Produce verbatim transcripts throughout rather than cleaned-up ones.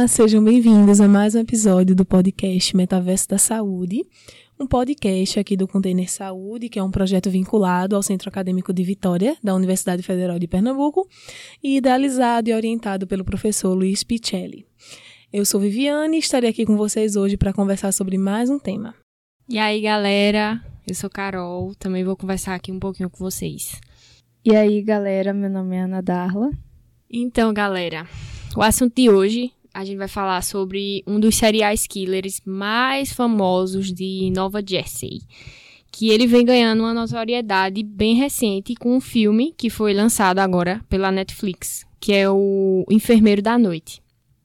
Olá, sejam bem-vindos a mais um episódio do podcast Metaverso da Saúde, um podcast aqui do Container Saúde, que é um projeto vinculado ao Centro Acadêmico de Vitória, da Universidade Federal de Pernambuco, e idealizado e orientado pelo professor Luiz Picelli. Eu sou Viviane e estarei aqui com vocês hoje para conversar sobre mais um tema. E aí, galera, eu sou Carol, também vou conversar aqui um pouquinho com vocês. E aí, galera, meu nome é Ana Darla. Então, galera, o assunto de hoje, a gente vai falar sobre um dos serial killers mais famosos de Nova Jersey, que ele vem ganhando uma notoriedade bem recente com um filme que foi lançado agora pela Netflix, que é o Enfermeiro da Noite.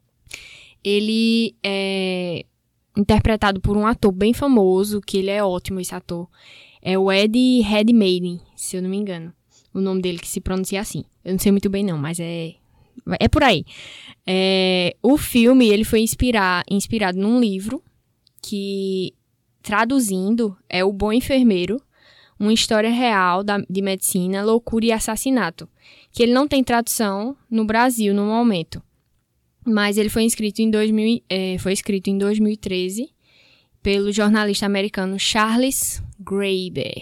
Ele é interpretado por um ator bem famoso, que ele é ótimo, esse ator. É o Ed Redmayne, se eu não me engano. O nome dele que se pronuncia assim. Eu não sei muito bem não, mas é... É por aí. É, o filme, ele foi inspirar, inspirado num livro que, traduzindo, é O Bom Enfermeiro, uma história real da, de medicina, loucura e assassinato, que ele não tem tradução no Brasil no momento, mas ele foi escrito em, dois mil, é, foi escrito em dois mil e treze pelo jornalista americano Charles Graeber.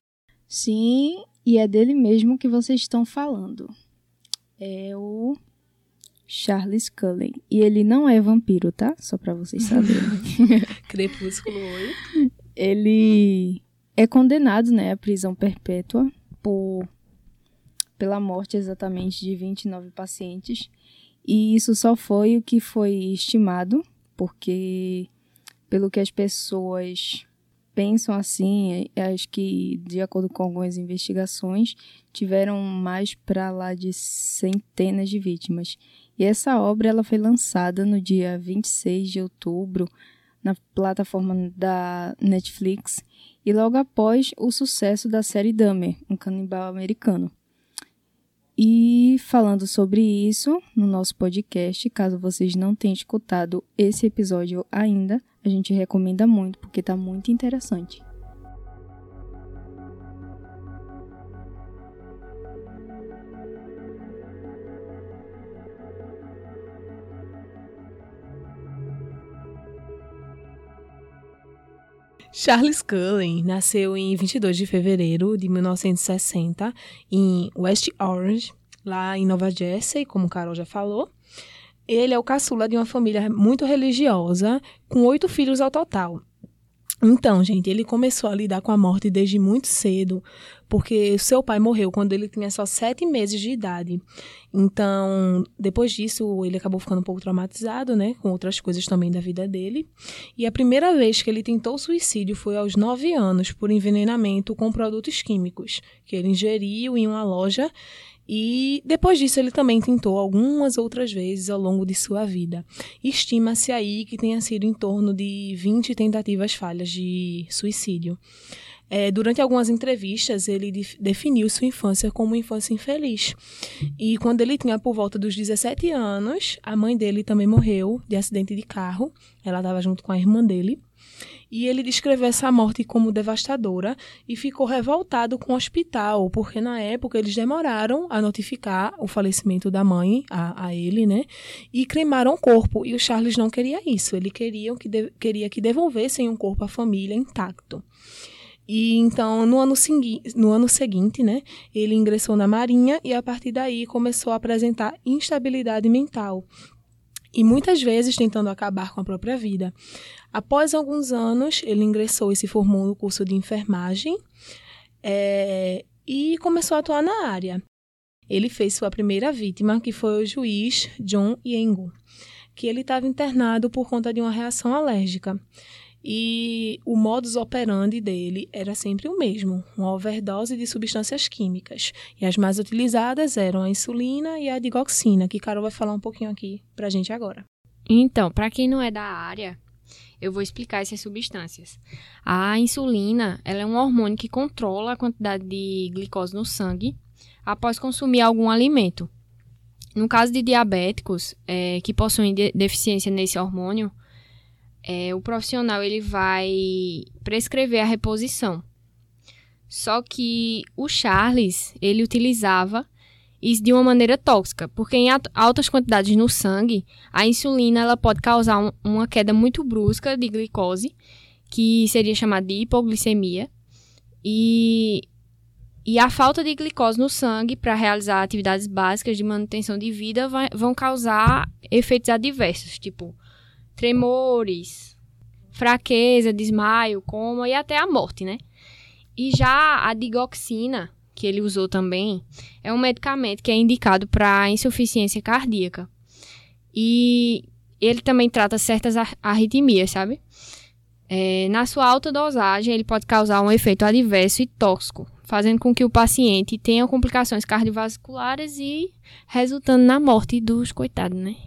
Sim, e é dele mesmo que vocês estão falando. É o Charles Cullen. E ele não é vampiro, tá? Só pra vocês saberem. Crepúsculo oi. Ele é condenado, né, à prisão perpétua por, pela morte exatamente de vinte e nove pacientes. E isso só foi o que foi estimado, porque pelo que as pessoas pensam assim, acho que de acordo com algumas investigações, tiveram mais para lá de centenas de vítimas. E essa obra ela foi lançada no dia vinte e seis de outubro na plataforma da Netflix e logo após o sucesso da série Dahmer, um canibal americano. E falando sobre isso no nosso podcast, caso vocês não tenham escutado esse episódio ainda, a gente recomenda muito porque está muito interessante. Charles Cullen nasceu em vinte e dois de fevereiro de mil novecentos e sessenta em West Orange, lá em Nova Jersey, como o Carol já falou. Ele é o caçula de uma família muito religiosa, com oito filhos ao total. Então, gente, ele começou a lidar com a morte desde muito cedo, porque seu pai morreu quando ele tinha só sete meses de idade. Então, depois disso, ele acabou ficando um pouco traumatizado, né, com outras coisas também da vida dele. E a primeira vez que ele tentou suicídio foi aos nove anos, por envenenamento com produtos químicos, que ele ingeriu em uma loja. E depois disso ele também tentou algumas outras vezes ao longo de sua vida. Estima-se aí que tenha sido em torno de vinte tentativas falhas de suicídio. É, durante algumas entrevistas ele de- definiu sua infância como uma infância infeliz. E quando ele tinha por volta dos dezessete anos, a mãe dele também morreu de acidente de carro. Ela estava junto com a irmã dele. E ele descreveu essa morte como devastadora e ficou revoltado com o hospital, porque na época eles demoraram a notificar o falecimento da mãe a, a ele, né? E cremaram o corpo. E o Charles não queria isso. Ele queria que, de, queria que devolvessem o corpo à família intacto. E então, no ano, segui- no ano seguinte, né, ele ingressou na Marinha e a partir daí começou a apresentar instabilidade mental. E muitas vezes tentando acabar com a própria vida. Após alguns anos, ele ingressou e se formou no curso de enfermagem é, e começou a atuar na área. Ele fez sua primeira vítima, que foi o juiz John Yengo, que ele estava internado por conta de uma reação alérgica. E o modus operandi dele era sempre o mesmo, uma overdose de substâncias químicas. E as mais utilizadas eram a insulina e a digoxina, que Carol vai falar um pouquinho aqui pra gente agora. Então, para quem não é da área, eu vou explicar essas substâncias. A insulina, ela é um hormônio que controla a quantidade de glicose no sangue após consumir algum alimento. No caso de diabéticos é, que possuem de- deficiência nesse hormônio, É, o profissional ele vai prescrever a reposição. Só que o Charles, ele utilizava isso de uma maneira tóxica, porque em altas quantidades no sangue, a insulina ela pode causar um, uma queda muito brusca de glicose, que seria chamada de hipoglicemia, e, e a falta de glicose no sangue para realizar atividades básicas de manutenção de vida vai, vão causar efeitos adversos, tipo tremores, fraqueza, desmaio, coma e até a morte, né? E já a digoxina, que ele usou também, é um medicamento que é indicado para insuficiência cardíaca. E ele também trata certas arritmias, sabe? É, na sua alta dosagem, ele pode causar um efeito adverso e tóxico, fazendo com que o paciente tenha complicações cardiovasculares e resultando na morte dos coitados, né?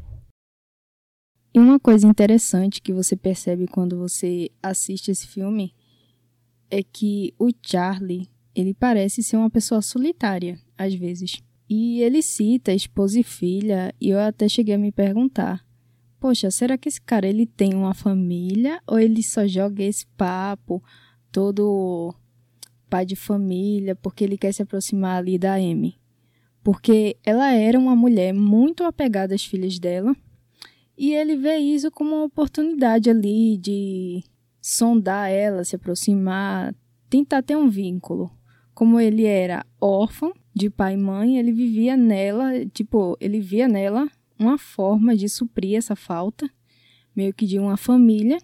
E uma coisa interessante que você percebe quando você assiste esse filme é que o Charlie, ele parece ser uma pessoa solitária, às vezes. E ele cita esposa e filha, e eu até cheguei a me perguntar, poxa, será que esse cara ele tem uma família ou ele só joga esse papo todo pai de família porque ele quer se aproximar ali da Amy? Porque ela era uma mulher muito apegada às filhas dela e ele vê isso como uma oportunidade ali de sondar ela, se aproximar, tentar ter um vínculo. Como ele era órfão de pai e mãe, ele vivia nela, tipo, ele via nela uma forma de suprir essa falta, meio que de uma família.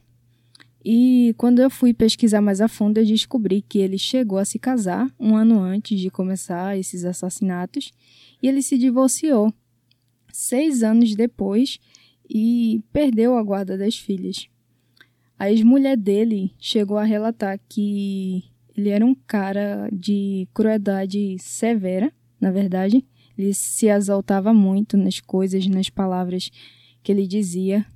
E quando eu fui pesquisar mais a fundo, eu descobri que ele chegou a se casar um ano antes de começar esses assassinatos e ele se divorciou seis anos depois e perdeu a guarda das filhas. A ex-mulher dele chegou a relatar que ele era um cara de crueldade severa, na verdade. Ele se exaltava muito nas coisas, nas palavras que ele dizia.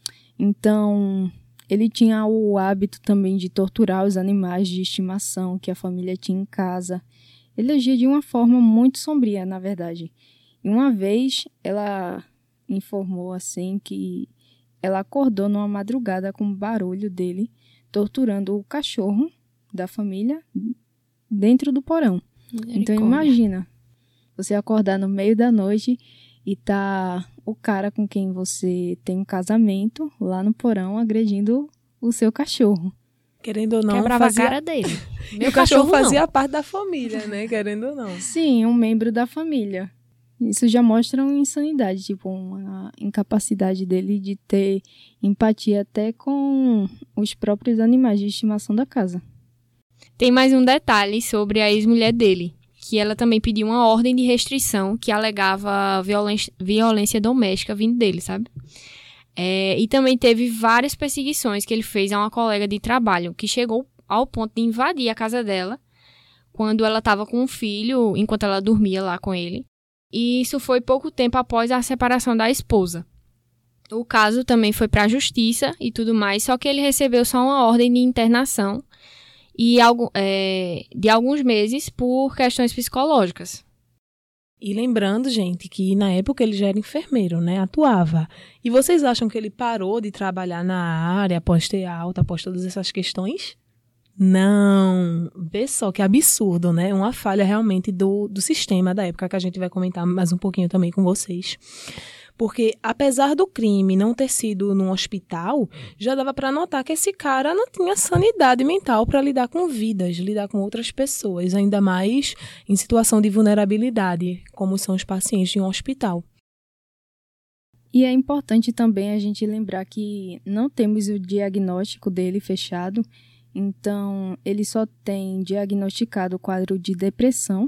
Então, ele tinha o hábito também de torturar os animais de estimação que a família tinha em casa. Ele agia de uma forma muito sombria, na verdade. E uma vez, ela informou assim que ela acordou numa madrugada com o barulho dele torturando o cachorro da família dentro do porão. Então, imagina você acordar no meio da noite e tá o cara com quem você tem um casamento lá no porão agredindo o seu cachorro. Querendo ou não, quebrava fazia... a cara dele. Meu o cachorro, cachorro fazia não. parte da família, né? Querendo ou não. Sim, um membro da família. Isso já mostra uma insanidade, tipo, uma incapacidade dele de ter empatia até com os próprios animais de estimação da casa. Tem mais um detalhe sobre a ex-mulher dele, que ela também pediu uma ordem de restrição que alegava violência, violência doméstica vindo dele, sabe? É, e também teve várias perseguições que ele fez a uma colega de trabalho, que chegou ao ponto de invadir a casa dela quando ela estava com um filho, enquanto ela dormia lá com ele. E isso foi pouco tempo após a separação da esposa. O caso também foi para a justiça e tudo mais, só que ele recebeu só uma ordem de internação e algo, é, de alguns meses por questões psicológicas. E lembrando, gente, que na época ele já era enfermeiro, né? Atuava. E vocês acham que ele parou de trabalhar na área após ter alta, após todas essas questões? Não. Vê só que absurdo, né? Uma falha realmente do, do sistema da época, que a gente vai comentar mais um pouquinho também com vocês. Porque, apesar do crime não ter sido num hospital, já dava para notar que esse cara não tinha sanidade mental para lidar com vidas, lidar com outras pessoas, ainda mais em situação de vulnerabilidade, como são os pacientes de um hospital. E é importante também a gente lembrar que não temos o diagnóstico dele fechado, então ele só tem diagnosticado o quadro de depressão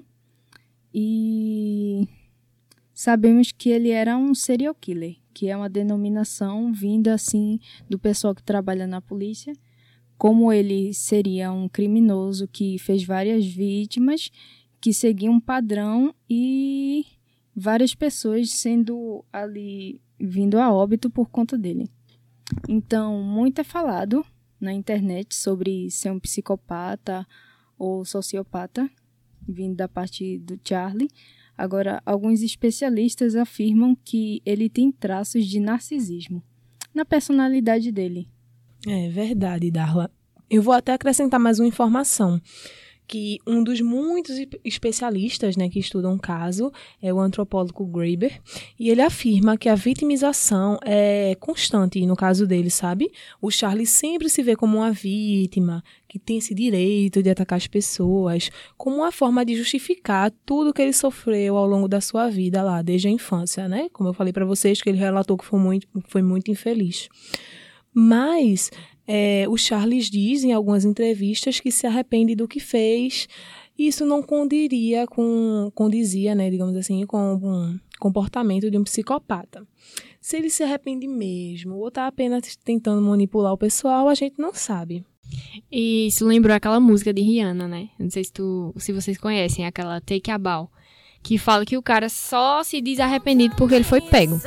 e sabemos que ele era um serial killer, que é uma denominação vinda assim do pessoal que trabalha na polícia, como ele seria um criminoso que fez várias vítimas, que seguia um padrão e várias pessoas sendo ali vindo a óbito por conta dele. Então, muito é falado na internet sobre ser um psicopata ou sociopata, vindo da parte do Charlie. Agora, alguns especialistas afirmam que ele tem traços de narcisismo na personalidade dele. É verdade, Darla. Eu vou até acrescentar mais uma informação, que um dos muitos especialistas, né, que estudam o caso é o antropólogo Graeber, e ele afirma que a vitimização é constante no caso dele, sabe? O Charlie sempre se vê como uma vítima, que tem esse direito de atacar as pessoas, como uma forma de justificar tudo que ele sofreu ao longo da sua vida lá, desde a infância, né? Como eu falei para vocês, que ele relatou que foi muito, foi muito infeliz. Mas é, o Charles diz em algumas entrevistas que se arrepende do que fez. Isso não condiria com, condizia, né, digamos assim, com um comportamento de um psicopata. Se ele se arrepende mesmo ou está apenas tentando manipular o pessoal, a gente não sabe. E isso lembrou aquela música de Rihanna, né? Não sei se, tu, se vocês conhecem, aquela Take a Bow, que fala que o cara só se diz arrependido porque ele foi pego.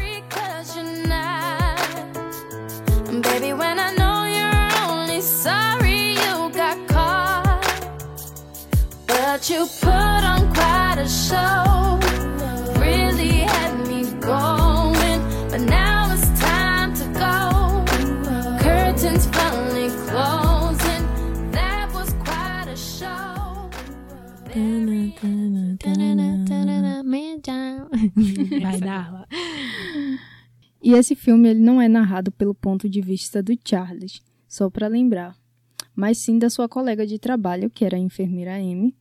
But you put on quite a show, really had me going, but now it's time to go, curtains finally closing, that was quite a show. Vai dar. E esse filme ele não é narrado pelo ponto de vista do Charles, só para lembrar, mas sim da sua colega de trabalho, que era a enfermeira Amy.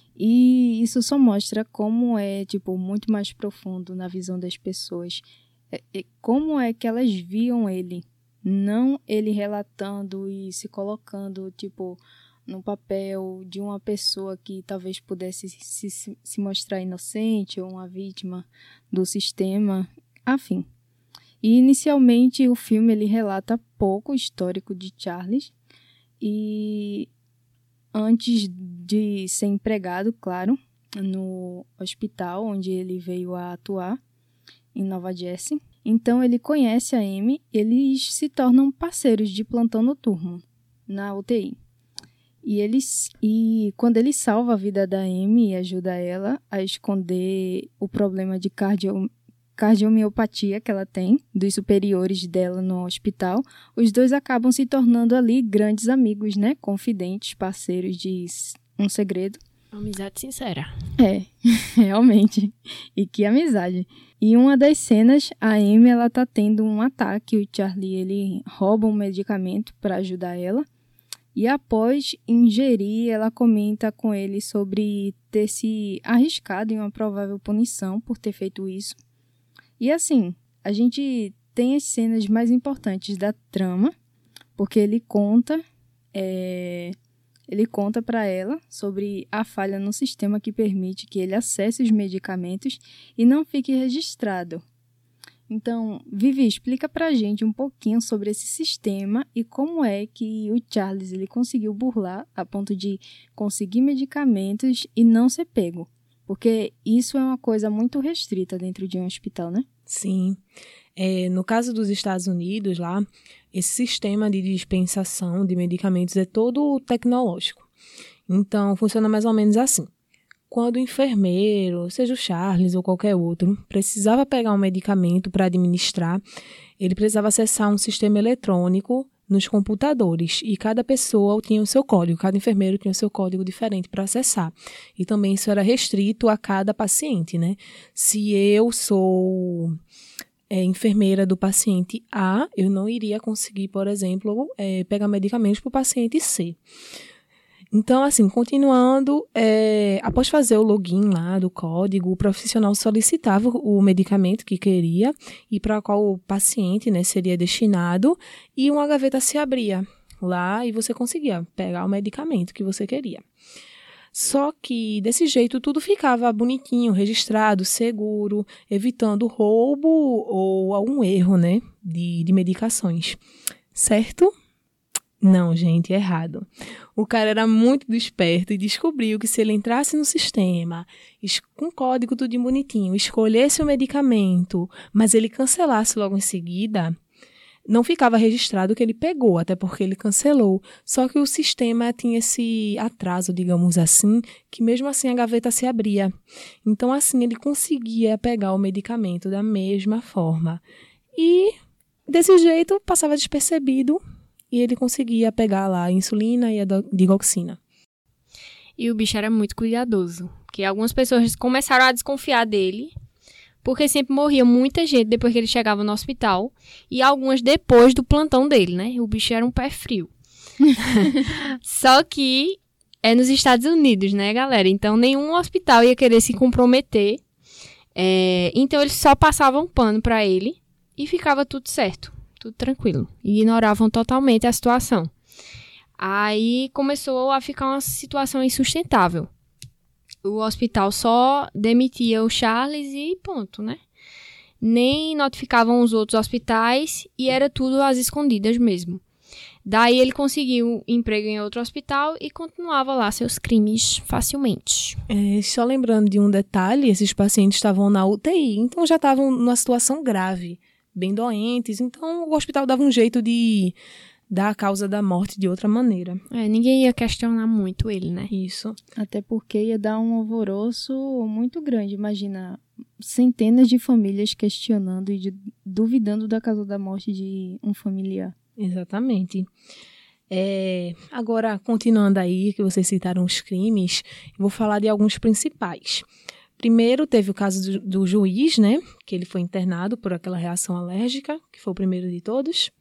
E isso só mostra como é, tipo, muito mais profundo na visão das pessoas. É, é, como é que elas viam ele, não ele relatando e se colocando, tipo, no papel de uma pessoa que talvez pudesse se, se, se mostrar inocente ou uma vítima do sistema, afim. E, inicialmente, o filme ele relata pouco o histórico de Charles e... antes de ser empregado, claro, no hospital onde ele veio a atuar, em Nova Jersey. Então, ele conhece a Amy e eles se tornam parceiros de plantão noturno na U T I. E, eles, e quando ele salva a vida da Amy e ajuda ela a esconder o problema de cardio, cardiomiopatia que ela tem, dos superiores dela no hospital, os dois acabam se tornando ali grandes amigos, né? Confidentes, parceiros de um segredo. Amizade sincera. É, realmente. E que amizade. E uma das cenas, a Amy, ela tá tendo um ataque, o Charlie, ele rouba um medicamento para ajudar ela. E após ingerir, ela comenta com ele sobre ter se arriscado em uma provável punição por ter feito isso. E assim, a gente tem as cenas mais importantes da trama, porque ele conta, é, ele conta para ela sobre a falha no sistema que permite que ele acesse os medicamentos e não fique registrado. Então, Vivi, explica pra gente um pouquinho sobre esse sistema e como é que o Charles ele conseguiu burlar a ponto de conseguir medicamentos e não ser pego. Porque isso é uma coisa muito restrita dentro de um hospital, né? Sim. É, no caso dos Estados Unidos, lá, esse sistema de dispensação de medicamentos é todo tecnológico. Então, funciona mais ou menos assim. Quando o enfermeiro, seja o Charles ou qualquer outro, precisava pegar um medicamento para administrar, ele precisava acessar um sistema eletrônico nos computadores e cada pessoa tinha o seu código, cada enfermeiro tinha o seu código diferente para acessar. E também isso era restrito a cada paciente, né? Se eu sou é, enfermeira do paciente A, eu não iria conseguir, por exemplo, é, pegar medicamentos para o paciente C. Então, assim, continuando, é, após fazer o login lá do código, o profissional solicitava o medicamento que queria e para qual o paciente, né, seria destinado, e uma gaveta se abria lá e você conseguia pegar o medicamento que você queria. Só que, desse jeito, tudo ficava bonitinho, registrado, seguro, evitando roubo ou algum erro, né, de, de medicações. Certo? Não, gente, errado. O cara era muito desperto e descobriu que se ele entrasse no sistema, com código tudo bonitinho, escolhesse o medicamento, mas ele cancelasse logo em seguida, não ficava registrado que ele pegou, até porque ele cancelou. Só que o sistema tinha esse atraso, digamos assim, que mesmo assim a gaveta se abria. Então, assim, ele conseguia pegar o medicamento da mesma forma. E, desse jeito, passava despercebido. E ele conseguia pegar lá a insulina e a digoxina. E o bicho era muito cuidadoso. Porque algumas pessoas começaram a desconfiar dele, porque sempre morria muita gente depois que ele chegava no hospital. E algumas depois do plantão dele, né? O bicho era um pé frio. Só que é nos Estados Unidos, né, galera? Então, nenhum hospital ia querer se comprometer. É, então, eles só passavam pano pra ele e ficava tudo certo, tudo tranquilo. E ignoravam totalmente a situação. Aí, começou a ficar uma situação insustentável. O hospital só demitia o Charles e ponto, né? Nem notificavam os outros hospitais e era tudo às escondidas mesmo. Daí ele conseguiu emprego em outro hospital e continuava lá seus crimes facilmente. É, só lembrando de um detalhe, esses pacientes estavam na U T I, então já estavam numa situação grave, bem doentes, então o hospital dava um jeito de dar a causa da morte de outra maneira. É, ninguém ia questionar muito ele, né? Isso. Até porque ia dar um alvoroço muito grande. Imagina, centenas de famílias questionando e de, duvidando da causa da morte de um familiar. Exatamente. É, agora, continuando aí, que vocês citaram os crimes, eu vou falar de alguns principais. Primeiro, teve o caso do, do juiz, né? Que ele foi internado por aquela reação alérgica, que foi o primeiro de todos.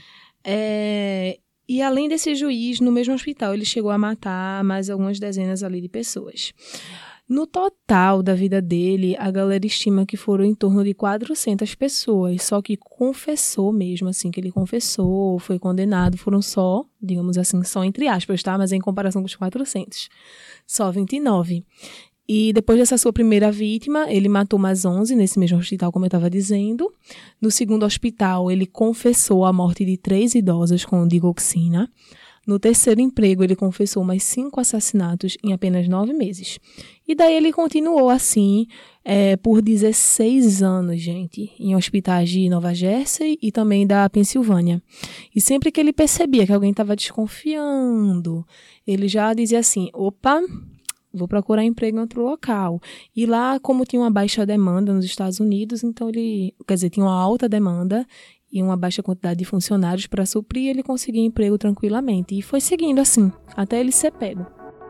É, e além desse juiz, no mesmo hospital, ele chegou a matar mais algumas dezenas ali de pessoas. No total da vida dele, a galera estima que foram em torno de quatrocentas pessoas, só que confessou mesmo, assim, que ele confessou, foi condenado, foram só, digamos assim, só entre aspas, tá? Mas em comparação com os quatrocentos, só vinte e nove. E depois dessa sua primeira vítima, ele matou mais onze nesse mesmo hospital, como eu estava dizendo. No segundo hospital, ele confessou a morte de três idosas com digoxina. No terceiro emprego, ele confessou mais cinco assassinatos em apenas nove meses. E daí ele continuou assim é, por dezesseis anos, gente, em hospitais de Nova Jersey e também da Pensilvânia. E sempre que ele percebia que alguém estava desconfiando, ele já dizia assim, opa, vou procurar emprego em outro local. E lá, como tinha uma baixa demanda nos Estados Unidos, então ele, quer dizer, tinha uma alta demanda e uma baixa quantidade de funcionários para suprir, ele conseguia emprego tranquilamente. E foi seguindo assim, até ele ser pego.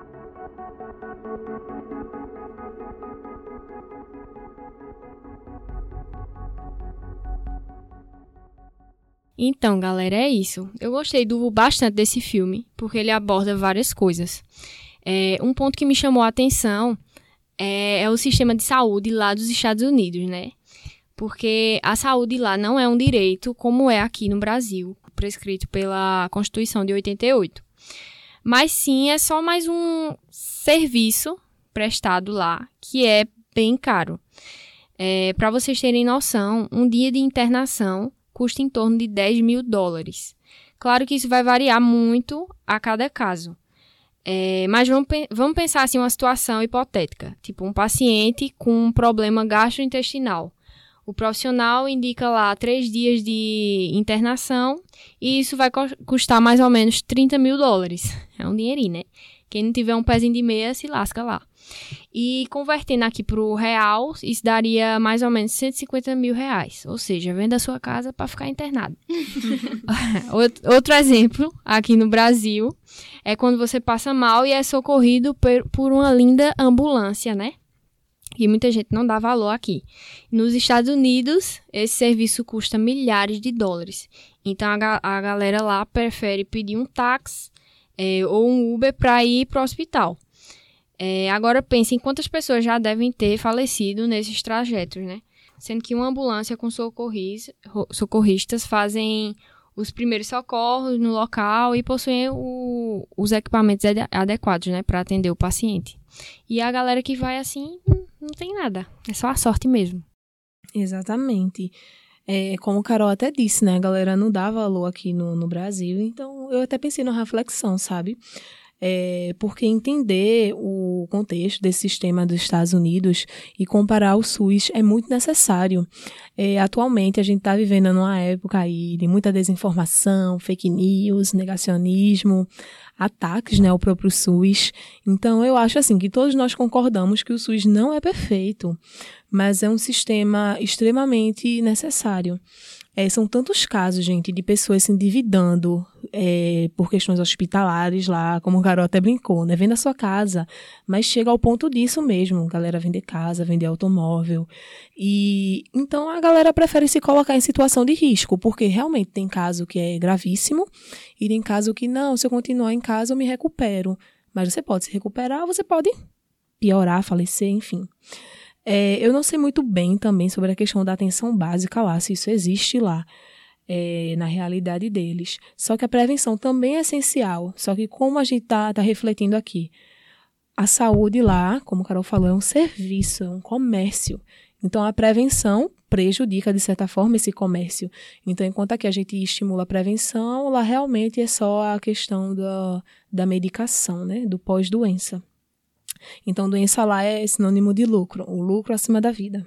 Então, galera, é isso. Eu gostei do, bastante desse filme, porque ele aborda várias coisas. É, um ponto que me chamou a atenção é, é o sistema de saúde lá dos Estados Unidos, né? Porque a saúde lá não é um direito como é aqui no Brasil, prescrito pela Constituição de oitenta e oito. Mas sim, é só mais um serviço prestado lá, que é bem caro. É, para vocês terem noção, um dia de internação custa em torno de dez mil dólares. Claro que isso vai variar muito a cada caso. É, mas vamos, vamos pensar assim uma situação hipotética, tipo um paciente com um problema gastrointestinal. O profissional indica lá três dias de internação e isso vai custar mais ou menos trinta mil dólares. É um dinheirinho, né? Quem não tiver um pezinho de meia se lasca lá. E convertendo aqui para o real, isso daria mais ou menos cento e cinquenta mil reais. Ou seja, venda a sua casa para ficar internado. Outro exemplo, aqui no Brasil, é quando você passa mal e é socorrido por uma linda ambulância, né? E muita gente não dá valor aqui. Nos Estados Unidos, esse serviço custa milhares de dólares. Então, a, ga- a galera lá prefere pedir um táxi é, ou um Uber para ir para o hospital. É, agora, pense em quantas pessoas já devem ter falecido nesses trajetos, né? Sendo que uma ambulância com socorris, socorristas fazem os primeiros socorros no local e possuem o, os equipamentos ad- adequados, né, para atender o paciente. E a galera que vai assim, não tem nada. É só a sorte mesmo. Exatamente. É, como o Carol até disse, né? A galera não dá valor aqui no, no Brasil. Então, eu até pensei numa reflexão, sabe? É, porque entender o contexto desse sistema dos Estados Unidos e comparar o SUS é muito necessário. É, atualmente, a gente está vivendo numa época aí de muita desinformação, fake news, negacionismo, ataques, né, ao próprio SUS. Então, eu acho assim que todos nós concordamos que o SUS não é perfeito, mas é um sistema extremamente necessário. É, são tantos casos, gente, de pessoas se endividando é, por questões hospitalares lá, como o Carol até brincou, né? Venda a sua casa. Mas chega ao ponto disso mesmo, galera vender casa, vender automóvel. E então a galera prefere se colocar em situação de risco, porque realmente tem caso que é gravíssimo e tem caso que não, se eu continuar em casa eu me recupero. Mas você pode se recuperar, você pode piorar, falecer, enfim. É, eu não sei muito bem também sobre a questão da atenção básica lá, se isso existe lá, é, na realidade deles. Só que a prevenção também é essencial. Só que como a gente está tá refletindo aqui, a saúde lá, como o Carol falou, é um serviço, é um comércio. Então, a prevenção prejudica, de certa forma, esse comércio. Então, enquanto aqui a gente estimula a prevenção, lá realmente é só a questão da, da medicação, né, do pós-doença. Então, doença lá é sinônimo de lucro. O lucro acima da vida.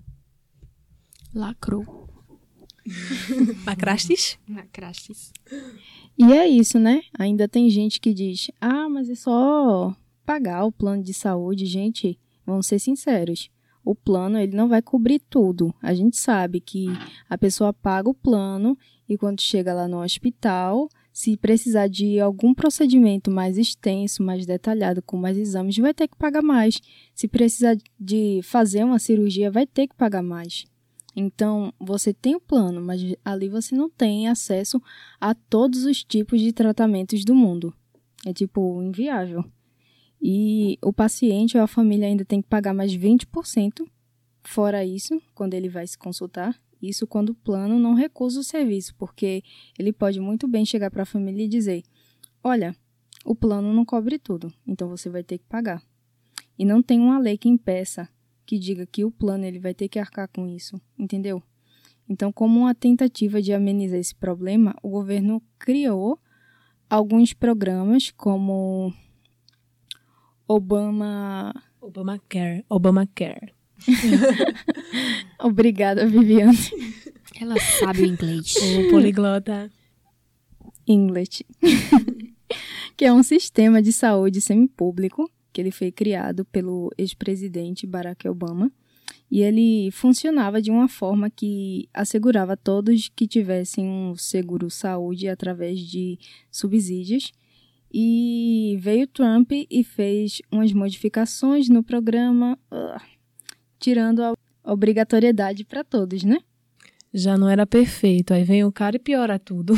Lacrou. Lacrastes? Lacrastes. E é isso, né? Ainda tem gente que diz, ah, mas é só pagar o plano de saúde. Gente, vamos ser sinceros. O plano, ele não vai cobrir tudo. A gente sabe que a pessoa paga o plano e quando chega lá no hospital, se precisar de algum procedimento mais extenso, mais detalhado, com mais exames, vai ter que pagar mais. Se precisar de fazer uma cirurgia, vai ter que pagar mais. Então, você tem o plano, mas ali você não tem acesso a todos os tipos de tratamentos do mundo. É tipo inviável. E o paciente ou a família ainda tem que pagar mais vinte por cento fora isso, quando ele vai se consultar. Isso quando o plano não recusa o serviço, porque ele pode muito bem chegar para a família e dizer, olha, o plano não cobre tudo, então você vai ter que pagar. E não tem uma lei que impeça, que diga que o plano ele vai ter que arcar com isso, entendeu? Então, como uma tentativa de amenizar esse problema, o governo criou alguns programas como Obama... Obamacare. Obamacare. Obrigada, Viviane. Ela sabe o inglês. O poliglota. English. Que é um sistema de saúde semipúblico, que ele foi criado pelo ex-presidente Barack Obama. E ele funcionava de uma forma que assegurava a todos que tivessem um seguro saúde através de subsídios. E veio Trump e fez umas modificações no programa, uh, tirando a obrigatoriedade para todos, né? Já não era perfeito, aí vem o cara e piora tudo.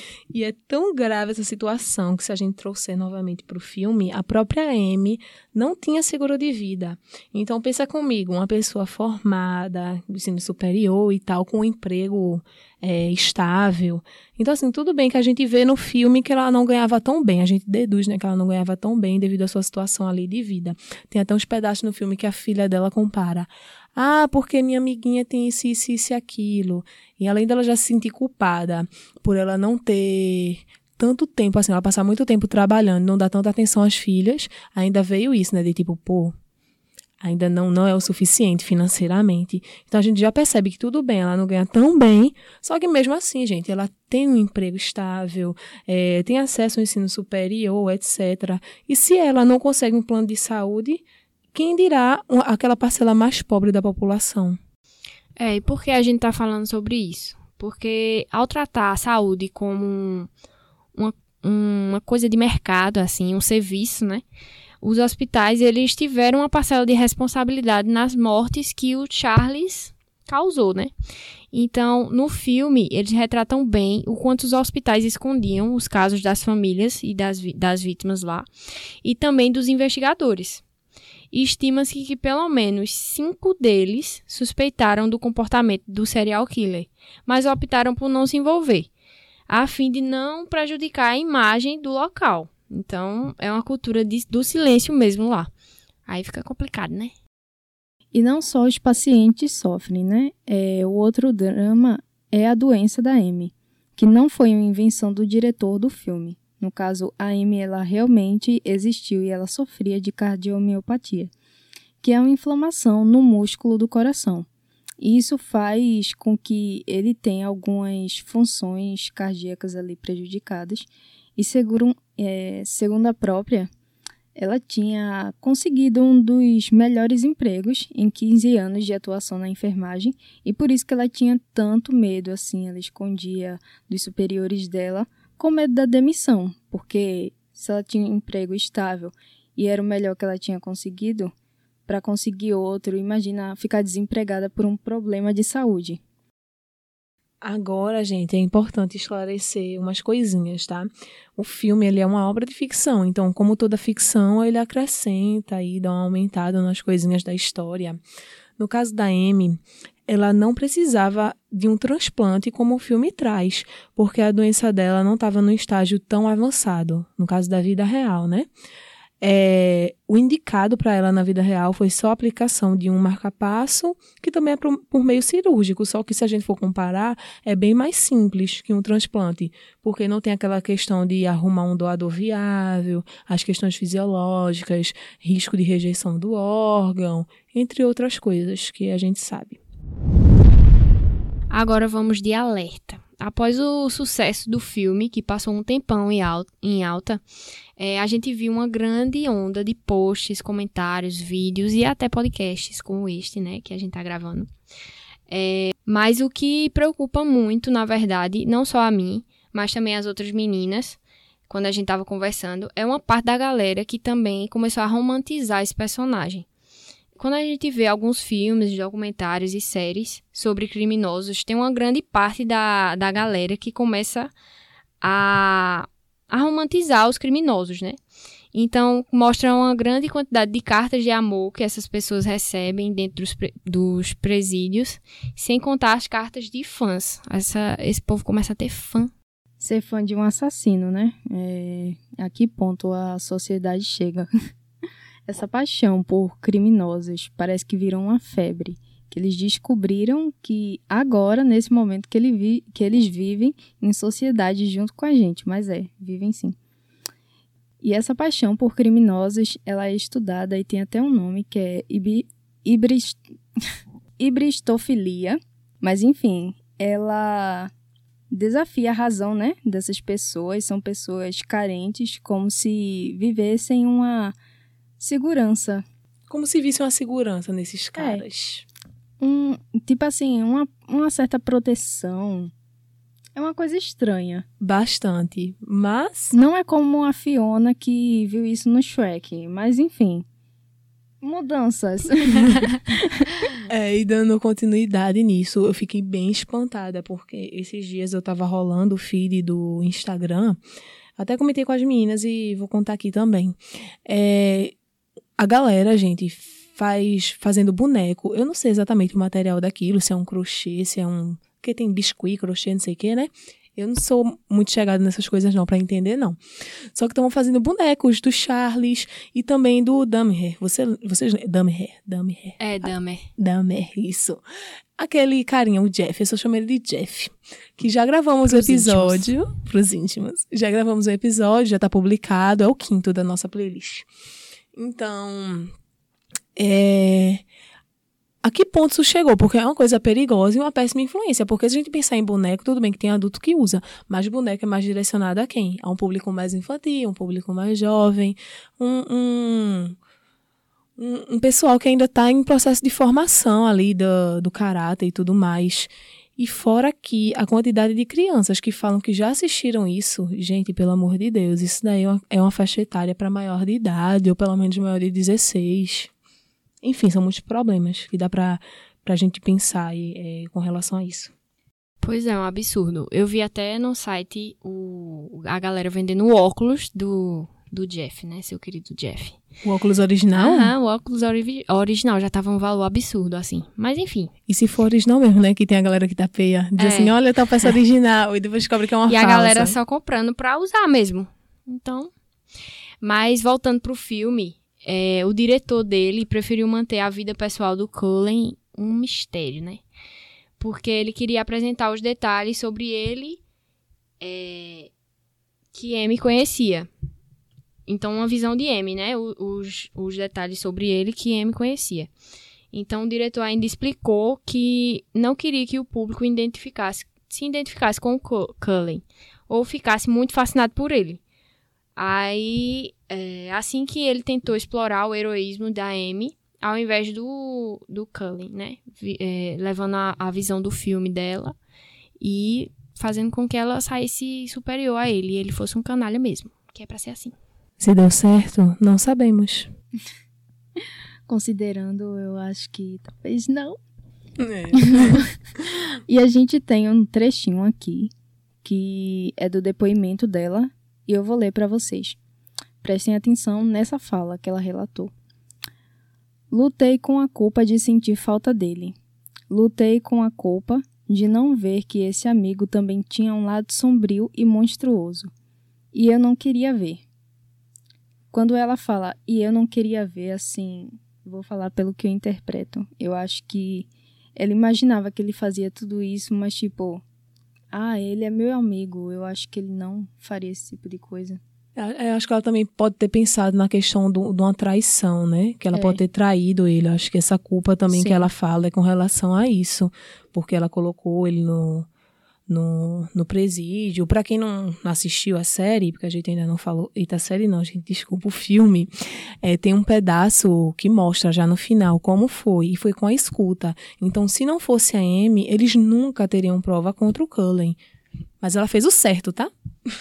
E é tão grave essa situação que se a gente trouxer novamente para o filme, a própria Amy não tinha seguro de vida. Então pensa comigo, uma pessoa formada, ensino superior e tal, com um emprego é, estável. Então assim, tudo bem que a gente vê no filme que ela não ganhava tão bem, a gente deduz, né, que ela não ganhava tão bem devido à sua situação ali de vida. Tem até uns pedaços no filme que a filha dela compara. Ah, porque minha amiguinha tem isso, isso, isso e aquilo. E além dela já se sentir culpada por ela não ter tanto tempo, assim, ela passar muito tempo trabalhando, não dar tanta atenção às filhas, ainda veio isso, né, de tipo, pô, ainda não, não é o suficiente financeiramente. Então a gente já percebe que tudo bem, ela não ganha tão bem, só que mesmo assim, gente, ela tem um emprego estável, é, tem acesso ao ensino superior, etcétera. E se ela não consegue um plano de saúde, quem dirá aquela parcela mais pobre da população? É, e por que a gente está falando sobre isso? Porque ao tratar a saúde como uma, uma coisa de mercado, assim, um serviço, né? Os hospitais, eles tiveram uma parcela de responsabilidade nas mortes que o Charles causou, né? Então, no filme, eles retratam bem o quanto os hospitais escondiam os casos das famílias e das, das vítimas lá, e também dos investigadores. E estima-se que pelo menos cinco deles suspeitaram do comportamento do serial killer, mas optaram por não se envolver, a fim de não prejudicar a imagem do local. Então, é uma cultura de, do silêncio mesmo lá. Aí fica complicado, né? E não só os pacientes sofrem, né? É, o outro drama é a doença da Amy, que não foi uma invenção do diretor do filme. No caso, a Amy, ela realmente existiu e ela sofria de cardiomiopatia, que é uma inflamação no músculo do coração. E isso faz com que ele tenha algumas funções cardíacas ali prejudicadas. E segundo, é, segundo a própria, ela tinha conseguido um dos melhores empregos em quinze anos de atuação na enfermagem. E por isso que ela tinha tanto medo, assim, ela escondia dos superiores dela com medo da demissão, porque se ela tinha um emprego estável e era o melhor que ela tinha conseguido, para conseguir outro, imagina ficar desempregada por um problema de saúde. Agora, gente, é importante esclarecer umas coisinhas, tá? O filme, ele é uma obra de ficção, então, como toda ficção, ele acrescenta e dá uma aumentada nas coisinhas da história. No caso da Amy, ela não precisava de um transplante como o filme traz, porque a doença dela não estava num estágio tão avançado, no caso da vida real, né? É, o indicado para ela na vida real foi só a aplicação de um marca-passo, que também é por, por meio cirúrgico, só que se a gente for comparar, é bem mais simples que um transplante, porque não tem aquela questão de arrumar um doador viável, as questões fisiológicas, risco de rejeição do órgão, entre outras coisas que a gente sabe. Agora vamos de alerta. Após o sucesso do filme, que passou um tempão em alta, é, a gente viu uma grande onda de posts, comentários, vídeos e até podcasts como este, né, que a gente tá gravando. É, mas o que preocupa muito, na verdade, não só a mim, mas também as outras meninas, quando a gente tava conversando, é uma parte da galera que também começou a romantizar esse personagem. Quando a gente vê alguns filmes, documentários e séries sobre criminosos, tem uma grande parte da, da galera que começa a, a romantizar os criminosos, né? Então, mostra uma grande quantidade de cartas de amor que essas pessoas recebem dentro dos, dos presídios, sem contar as cartas de fãs. Essa, esse povo começa a ter fã. Ser fã de um assassino, né? É, a que ponto a sociedade chega? Essa paixão por criminosos parece que virou uma febre, que eles descobriram que agora, nesse momento que, ele vi, que eles vivem em sociedade junto com a gente, mas é, vivem sim. E essa paixão por criminosos, ela é estudada e tem até um nome que é ibi, ibrist, ibristofilia, mas enfim, ela desafia a razão, né, dessas pessoas, são pessoas carentes, como se vivessem uma segurança. Como se visse uma segurança nesses caras. É. Um, tipo assim, uma, uma certa proteção. É uma coisa estranha. Bastante. Mas... não é como a Fiona que viu isso no Shrek. Mas, enfim. Mudanças. É, e dando continuidade nisso, eu fiquei bem espantada, porque esses dias eu tava rolando o feed do Instagram. Até comentei com as meninas e vou contar aqui também. É... A galera, gente, faz fazendo boneco. Eu não sei exatamente o material daquilo, se é um crochê, se é um... porque tem biscuit, crochê, não sei o que, né? Eu não sou muito chegada nessas coisas não, pra entender, não. Só que estão fazendo bonecos do Charles e também do Dahmer. Você, vocês... Dahmer, Dahmer. É, Dahmer. Dahmer, isso. Aquele carinha, o Jeff, eu só chamo ele de Jeff. Que já gravamos o episódio... Íntimos. Pros íntimos. Já gravamos o episódio, já tá publicado, é o quinto da nossa playlist. Então, é... a que ponto isso chegou? Porque é uma coisa perigosa e uma péssima influência. Porque se a gente pensar em boneco, tudo bem que tem adulto que usa, mas boneco é mais direcionado a quem? A um público mais infantil, um público mais jovem, um, um, um, um pessoal que ainda está em processo de formação ali do, do caráter e tudo mais. E fora aqui, a quantidade de crianças que falam que já assistiram isso, gente, pelo amor de Deus, isso daí é uma, é uma faixa etária para maior de idade, ou pelo menos maior de dezesseis. Enfim, são muitos problemas que dá pra, pra gente pensar é, com relação a isso. Pois é, um absurdo. Eu vi até no site o, a galera vendendo o óculos do, do Jeff, né? Seu querido Jeff. O óculos original? Aham, o óculos ori- original já tava um valor absurdo, assim. Mas enfim. E se for original mesmo, né? Que tem a galera que tapeia. Diz É. assim, olha, tá a peça original. E depois descobre que é uma E falsa. a galera só comprando pra usar mesmo. Então... Mas voltando pro filme... É, o diretor dele preferiu manter a vida pessoal do Cullen um mistério, né? Porque ele queria apresentar os detalhes sobre ele é, que Amy conhecia. Então, uma visão de Amy, né? Os, os detalhes sobre ele que Amy conhecia. Então, o diretor ainda explicou que não queria que o público identificasse, se identificasse com o Cullen ou ficasse muito fascinado por ele. Aí, é, assim que ele tentou explorar o heroísmo da Amy, ao invés do, do Cullen, né? Vi, é, levando a, a visão do filme dela e fazendo com que ela saísse superior a ele e ele fosse um canalha mesmo, que é pra ser assim. Se deu certo, não sabemos. Considerando, eu acho que talvez não. É. E a gente tem um trechinho aqui, que é do depoimento dela, e eu vou ler para vocês. Prestem atenção nessa fala que ela relatou. Lutei com a culpa de sentir falta dele. Lutei com a culpa de não ver que esse amigo também tinha um lado sombrio e monstruoso. E eu não queria ver. Quando ela fala, e eu não queria ver, assim, vou falar pelo que eu interpreto. Eu acho que ela imaginava que ele fazia tudo isso, mas tipo, ah, ele é meu amigo, eu acho que ele não faria esse tipo de coisa. Eu acho que ela também pode ter pensado na questão do, de uma traição, né? Que ela É. pode ter traído ele. Eu acho que essa culpa também Sim. que ela fala é com relação a isso. Porque ela colocou ele no, no, no presídio. Pra quem não assistiu a série, porque a gente ainda não falou... Eita, a série não, gente, desculpa, o filme. É, tem um pedaço que mostra já no final como foi. E foi com a escuta. Então, se não fosse a Amy, eles nunca teriam prova contra o Cullen. Mas ela fez o certo, tá?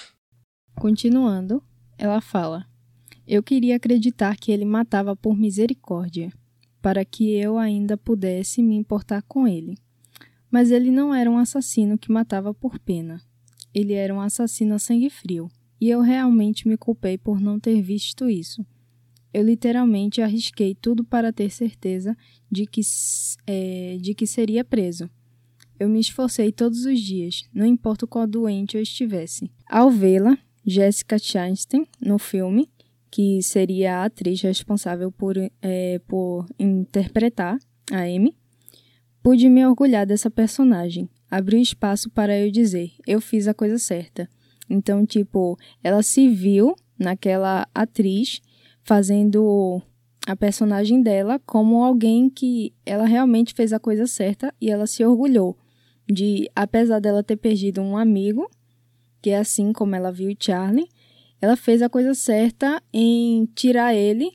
Continuando, ela fala, eu queria acreditar que ele matava por misericórdia, para que eu ainda pudesse me importar com ele. Mas ele não era um assassino que matava por pena. Ele era um assassino a sangue frio, e eu realmente me culpei por não ter visto isso. Eu literalmente arrisquei tudo para ter certeza de que, é, de que seria preso. Eu me esforcei todos os dias, não importa qual doente eu estivesse. Ao vê-la, Jessica Chastain, no filme, que seria a atriz responsável por, é, por interpretar a Amy, pude me orgulhar dessa personagem. Abriu espaço para eu dizer, eu fiz a coisa certa. Então, tipo, ela se viu naquela atriz fazendo a personagem dela como alguém que ela realmente fez a coisa certa e ela se orgulhou de, apesar dela ter perdido um amigo, que é assim como ela viu o Charlie, ela fez a coisa certa em tirar ele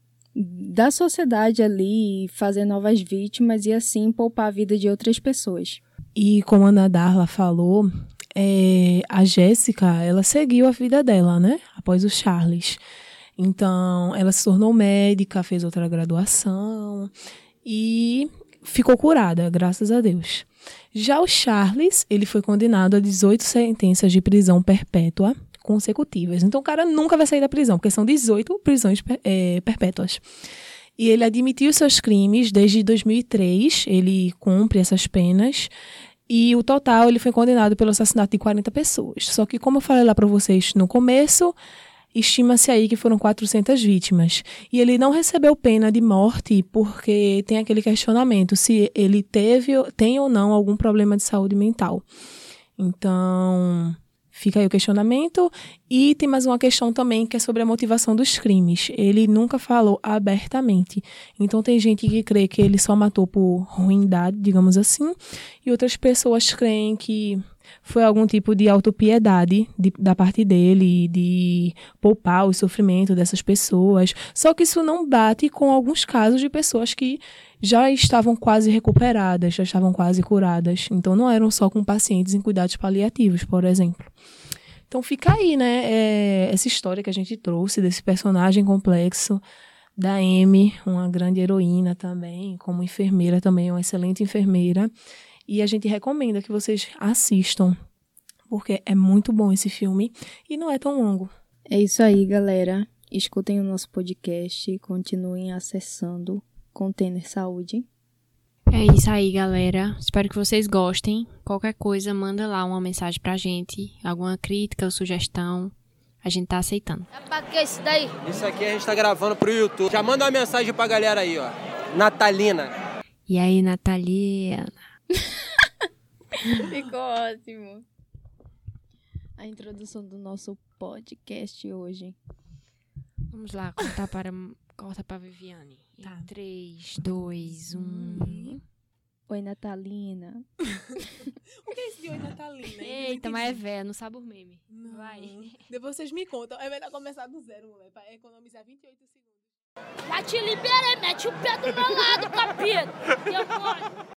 da sociedade ali, fazer novas vítimas e assim poupar a vida de outras pessoas. E como a Ana Darla falou, é, a Jéssica, ela seguiu a vida dela, né? Após o Charles. Então, ela se tornou médica, fez outra graduação e ficou curada, graças a Deus. Já o Charles, ele foi condenado a dezoito sentenças de prisão perpétua consecutivas. Então, o cara nunca vai sair da prisão, porque são dezoito prisões é, perpétuas. E ele admitiu seus crimes desde dois mil e três, ele cumpre essas penas, e o total ele foi condenado pelo assassinato de quarenta pessoas. Só que, como eu falei lá para vocês no começo, estima-se aí que foram quatrocentas vítimas. E ele não recebeu pena de morte porque tem aquele questionamento se ele teve, tem ou não algum problema de saúde mental. Então, fica aí o questionamento. E tem mais uma questão também que é sobre a motivação dos crimes. Ele nunca falou abertamente. Então, tem gente que crê que ele só matou por ruindade, digamos assim. E outras pessoas creem que foi algum tipo de autopiedade de, da parte dele, de poupar o sofrimento dessas pessoas. Só que isso não bate com alguns casos de pessoas que já estavam quase recuperadas, já estavam quase curadas. Então, não eram só com pacientes em cuidados paliativos, por exemplo. Então, fica aí, né, é, essa história que a gente trouxe desse personagem complexo da Amy, uma grande heroína também, como enfermeira também, uma excelente enfermeira. E a gente recomenda que vocês assistam, porque é muito bom esse filme e não é tão longo. É isso aí, galera. Escutem o nosso podcast e continuem acessando Container Saúde. É isso aí, galera. Espero que vocês gostem. Qualquer coisa, manda lá uma mensagem pra gente. Alguma crítica ou sugestão. A gente tá aceitando. É pra que isso daí? Isso aqui a gente tá gravando pro YouTube. Já manda uma mensagem pra galera aí, ó. Natalina. E aí, Natalina? Ficou ótimo. A introdução do nosso podcast hoje. Vamos lá, cortar para, corta para Viviane. Tá. três, dois, um... Oi, Natalina. O que é esse de Oi, Natalina? Eita, mas é velha, não sabe o meme. Não. Vai. Depois vocês me contam. É melhor começar do zero, mulher, pra economizar vinte e oito segundos. Já te liberei, mete o pé do meu lado, capeta. Demônio.